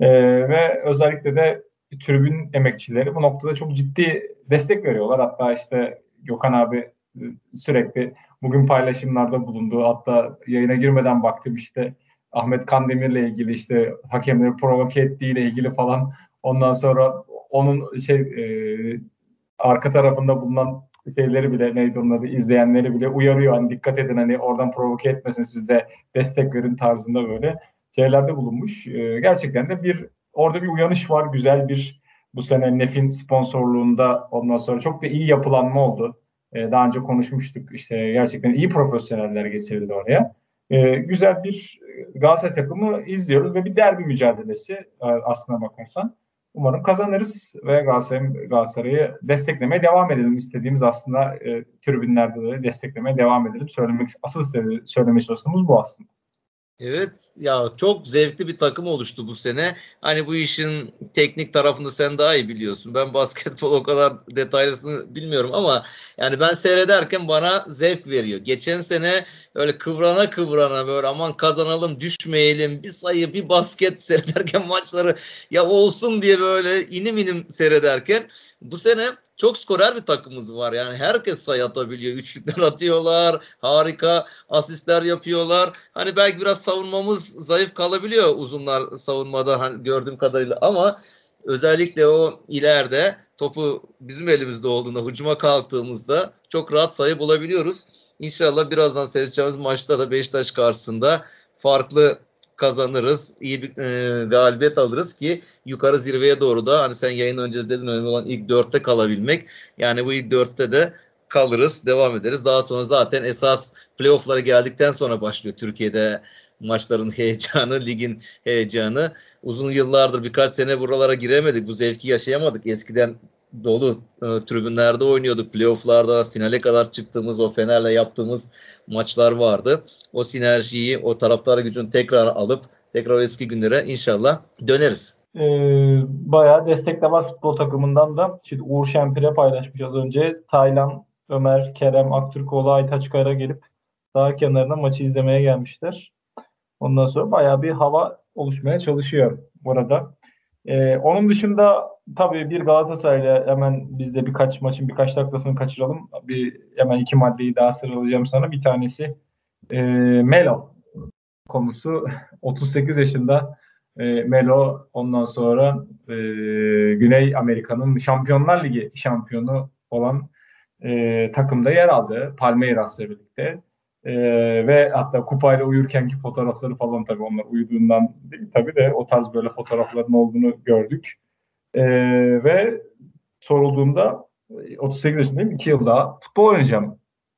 Ve özellikle de tribün emekçileri bu noktada çok ciddi destek veriyorlar. Hatta işte Gökhan abi sürekli bugün paylaşımlarda bulundu. Hatta yayına girmeden baktım işte Ahmet Kandemir'le ilgili işte hakemleri provoke ettiğiyle ilgili falan. Ondan sonra onun arka tarafında bulunan şeyleri bile neydi onun adı izleyenleri bile uyarıyor. Hani dikkat edin hani oradan provoke etmesin siz de destek verin tarzında böyle şeylerde bulunmuş. Gerçekten de orada bir uyanış var. Güzel bir bu sene Nef'in sponsorluğunda ondan sonra çok da iyi yapılanma oldu. Daha önce konuşmuştuk işte gerçekten iyi profesyoneller getirildi oraya. Güzel bir Galatasaray takımı izliyoruz ve bir derbi mücadelesi aslına bakarsan. Umarım kazanırız ve Galatasaray'ı desteklemeye devam edelim. İstediğimiz aslında tribünlerde de desteklemeye devam edelim. Asıl söylemeye çalıştığımız bu aslında. Evet ya, çok zevkli bir takım oluştu bu sene. Hani bu işin teknik tarafını sen daha iyi biliyorsun. Ben basketbol o kadar detaylısını bilmiyorum ama yani ben seyrederken bana zevk veriyor. Geçen sene öyle kıvrana kıvrana böyle aman kazanalım düşmeyelim bir sayı bir basket seyrederken maçları ya olsun diye böyle inim inim seyrederken bu sene çok skorer bir takımımız var. Yani herkes sayı atabiliyor. Üçlükler atıyorlar. Harika asistler yapıyorlar. Hani belki biraz savunmamız zayıf kalabiliyor uzunlar savunmada hani gördüğüm kadarıyla ama özellikle o ileride topu bizim elimizde olduğunda hücuma kalktığımızda çok rahat sayı bulabiliyoruz. İnşallah birazdan seyredeceğimiz maçta da Beşiktaş karşısında farklı kazanırız. İyi bir galibiyet alırız ki yukarı zirveye doğru da hani sen yayın öncesi dedin önemli olan ilk 4'te kalabilmek. Yani bu ilk 4'te de kalırız, devam ederiz. Daha sonra zaten esas playoff'lara geldikten sonra başlıyor Türkiye'de maçların heyecanı, ligin heyecanı. Uzun yıllardır birkaç sene buralara giremedik. Bu zevki yaşayamadık. Eskiden dolu tribünlerde oynuyorduk. Playoff'larda finale kadar çıktığımız, o Fener'le yaptığımız maçlar vardı. O sinerjiyi, o taraftar gücünü tekrar alıp tekrar eski günlere inşallah döneriz. Bayağı destek de var futbol takımından da. Şimdi Uğur Şempire paylaşmış az önce. Taylan, Ömer, Kerem, Aktürkoğlu, Aytaçkaya gelip sağ kenarına maçı izlemeye gelmişler. Ondan sonra bayağı bir hava oluşmaya çalışıyor burada. Onun dışında tabii bir Galatasaray'la hemen biz de maçın birkaç dakikasını kaçıralım. Hemen 2 maddeyi daha sıralayacağım sana. Bir tanesi Melo konusu. 38 yaşında Melo ondan sonra Güney Amerika'nın Şampiyonlar Ligi şampiyonu olan takımda yer aldı. Palmeiras'la birlikte. Ve hatta kupayla uyurkenki fotoğrafları falan tabii onlar uyuduğundan değil tabii de o tarz böyle fotoğrafların olduğunu gördük. Ve sorulduğunda 38 yaşındayım 2 yıl daha futbol oynayacağım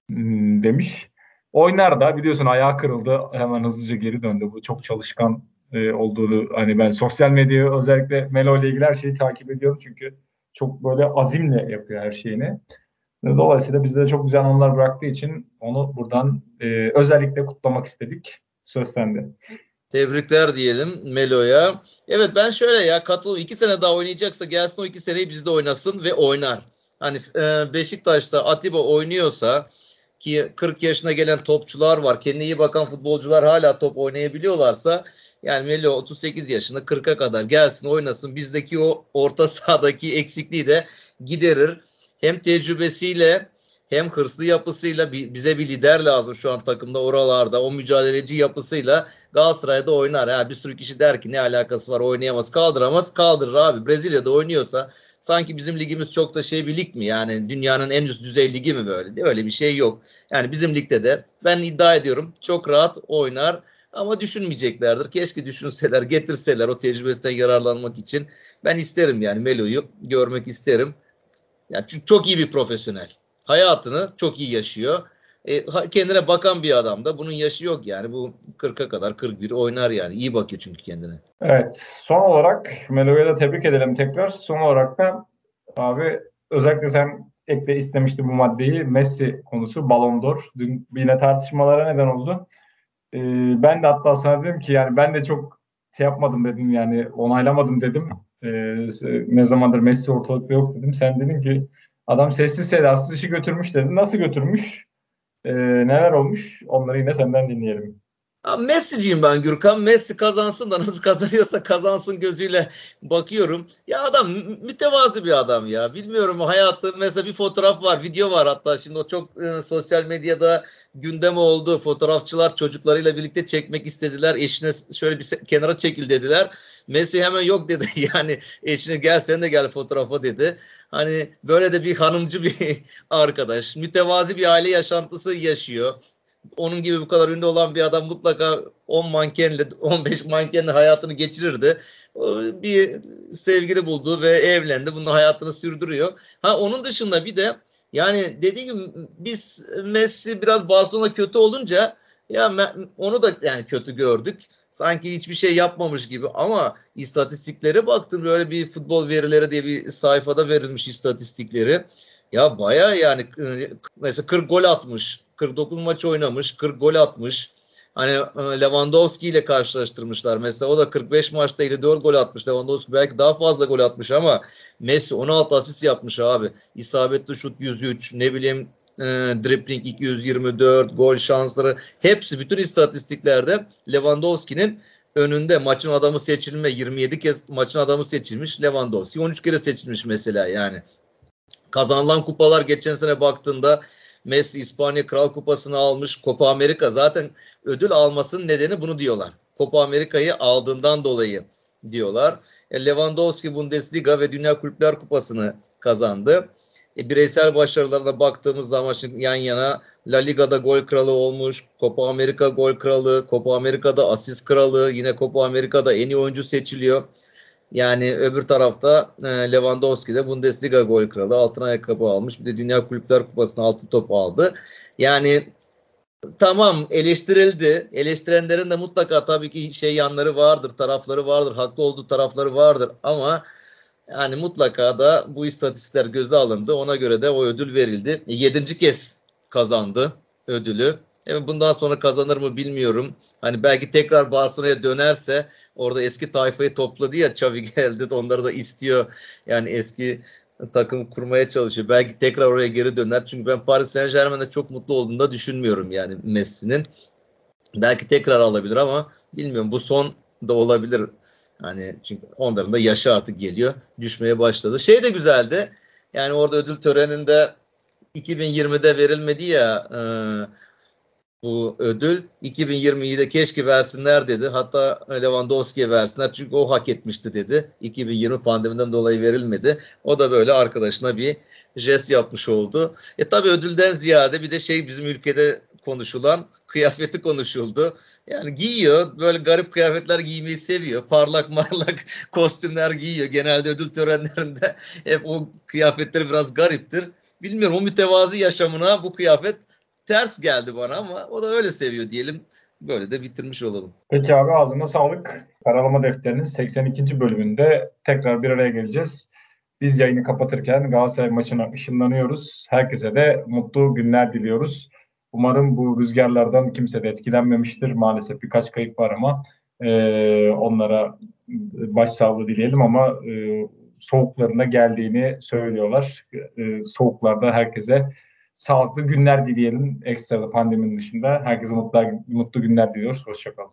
demiş. Oynar da biliyorsun ayağı kırıldı hemen hızlıca geri döndü. Bu çok çalışkan olduğunu hani ben sosyal medyayı özellikle Melo ile ilgili her şeyi takip ediyorum çünkü çok böyle azimle yapıyor her şeyini. Dolayısıyla bizde de çok güzel anılar bıraktığı için onu buradan özellikle kutlamak istedik. Söz sende. Tebrikler diyelim Melo'ya. Evet ben şöyle katılıyorum. 2 sene daha oynayacaksa gelsin o 2 seneyi bizde oynasın ve oynar. Hani Beşiktaş'ta Atiba oynuyorsa ki 40 yaşına gelen topçular var. Kendine iyi bakan futbolcular hala top oynayabiliyorlarsa yani Melo 38 yaşında 40'a kadar gelsin oynasın. Bizdeki o orta sahadaki eksikliği de giderir. Hem tecrübesiyle hem hırslı yapısıyla bize bir lider lazım şu an takımda oralarda. O mücadeleci yapısıyla Galatasaray'da oynar. Yani bir sürü kişi der ki ne alakası var oynayamaz kaldıramaz. Kaldırır abi. Brezilya'da oynuyorsa sanki bizim ligimiz çok da bir lig mi? Yani dünyanın en üst düzey ligi mi böyle? Öyle bir şey yok. Yani bizim ligde de ben iddia ediyorum çok rahat oynar. Ama düşünmeyeceklerdir. Keşke düşünseler, getirseler o tecrübesinden yararlanmak için. Ben isterim yani Melo'yu görmek isterim. Yani çok iyi bir profesyonel. Hayatını çok iyi yaşıyor. Kendine bakan bir adam da bunun yaşı yok yani. Bu 40'a kadar 41 oynar yani. İyi bakıyor çünkü kendine. Evet. Son olarak Melo'ya da tebrik edelim tekrar. Son olarak da abi özellikle sen ekle istemiştin bu maddeyi. Messi konusu Ballon d'Or. Dün yine tartışmalara neden oldu. Ben de hatta sana dedim ki yani ben de çok yapmadım dedim yani onaylamadım dedim. Ne zamandır Messi ortalıkta yok dedim. Sen dedin ki adam sessiz sedasız işi götürmüş dedin. Nasıl götürmüş? Neler olmuş? Onları yine senden dinleyelim. Messi'ciyim ben Gürkan. Messi kazansın da nasıl kazanıyorsa kazansın gözüyle bakıyorum. Ya adam mütevazi bir adam ya. Bilmiyorum hayatı mesela bir fotoğraf var, video var hatta şimdi o çok sosyal medyada gündem oldu. Fotoğrafçılar çocuklarıyla birlikte çekmek istediler. Eşine şöyle bir kenara çekil dediler. Messi hemen yok dedi. Yani eşine gel sen de gel fotoğrafa dedi. Hani böyle de bir hanımcı bir arkadaş. Mütevazi bir aile yaşantısı yaşıyor. Onun gibi bu kadar ünlü olan bir adam mutlaka 10 mankenle 15 mankenle hayatını geçirirdi. Bir sevgili buldu ve evlendi. Bunun hayatını sürdürüyor. Onun dışında bir de yani dediğim gibi biz Messi biraz Barcelona kötü olunca ya onu da yani kötü gördük. Sanki hiçbir şey yapmamış gibi ama istatistiklere baktım böyle bir futbol verileri diye bir sayfada verilmiş istatistikleri. Ya bayağı yani mesela 40 gol atmış. 49 maç oynamış. 40 gol atmış. Hani Lewandowski ile karşılaştırmışlar. Mesela o da 45 maçta 54 gol atmış. Lewandowski belki daha fazla gol atmış ama Messi 16 asist yapmış abi. İsabetli şut 103. Ne bileyim dribbling 224. Gol şansları. Hepsi bütün istatistiklerde Lewandowski'nin önünde. Maçın adamı seçilme 27 kez maçın adamı seçilmiş Lewandowski. 13 kere seçilmiş mesela yani. Kazanılan kupalar geçen sene baktığında Messi İspanya Kral Kupası'nı almış. Copa America zaten ödül almasının nedeni bunu diyorlar. Copa America'yı aldığından dolayı diyorlar. Lewandowski Bundesliga ve Dünya Kulüpler Kupası'nı kazandı. Bireysel başarılarına baktığımız zaman şimdi yan yana La Liga'da gol kralı olmuş, Copa America gol kralı, Copa America'da asist kralı, yine Copa America'da en iyi oyuncu seçiliyor. Yani öbür tarafta Lewandowski de Bundesliga gol kralı, altın ayakkabı almış. Bir de Dünya Kulüpler Kupası'nda altın top aldı. Yani tamam, eleştirildi. Eleştirenlerin de mutlaka tabii ki yanları vardır, tarafları vardır, haklı olduğu tarafları vardır ama yani mutlaka da bu istatistikler göze alındı. Ona göre de o ödül verildi. 7. kez kazandı ödülü. Bundan sonra kazanır mı bilmiyorum. Hani belki tekrar Barcelona'ya dönerse, orada eski tayfayı topladı ya, Xavi geldi, onları da istiyor. Yani eski takım kurmaya çalışıyor. Belki tekrar oraya geri döner. Çünkü ben Paris Saint-Germain'de çok mutlu olduğunu da düşünmüyorum yani Messi'nin. Belki tekrar alabilir ama bilmiyorum. Bu son da olabilir. Hani çünkü onların da yaşı artık geliyor. Düşmeye başladı. Şey de güzeldi. Yani orada ödül töreninde 2020'de verilmedi ya bu ödül. 2020'de keşke versinler dedi. Hatta Lewandowski'ye versinler çünkü o hak etmişti dedi. 2020 pandemiden dolayı verilmedi. O da böyle arkadaşına bir jest yapmış oldu. Tabii ödülden ziyade bir de bizim ülkede konuşulan kıyafeti konuşuldu. Yani giyiyor, böyle garip kıyafetler giymeyi seviyor. Parlak kostümler giyiyor. Genelde ödül törenlerinde hep o kıyafetleri biraz gariptir. Bilmiyorum, o mütevazi yaşamına bu kıyafet ters geldi bana ama o da öyle seviyor diyelim. Böyle de bitirmiş olalım. Peki abi, ağzına sağlık. Karalama Defteri'nin 82. bölümünde tekrar bir araya geleceğiz. Biz yayını kapatırken Galatasaray maçına ışınlanıyoruz. Herkese de mutlu günler diliyoruz. Umarım bu rüzgarlardan kimse de etkilenmemiştir. Maalesef birkaç kayıp var ama onlara başsağlığı dileyelim ama soğuklarına geldiğini söylüyorlar. Soğuklarda herkese sağlıklı günler dileyelim. Ekstra da pandeminin dışında herkese mutlu günler diliyoruz. Hoşçakalın.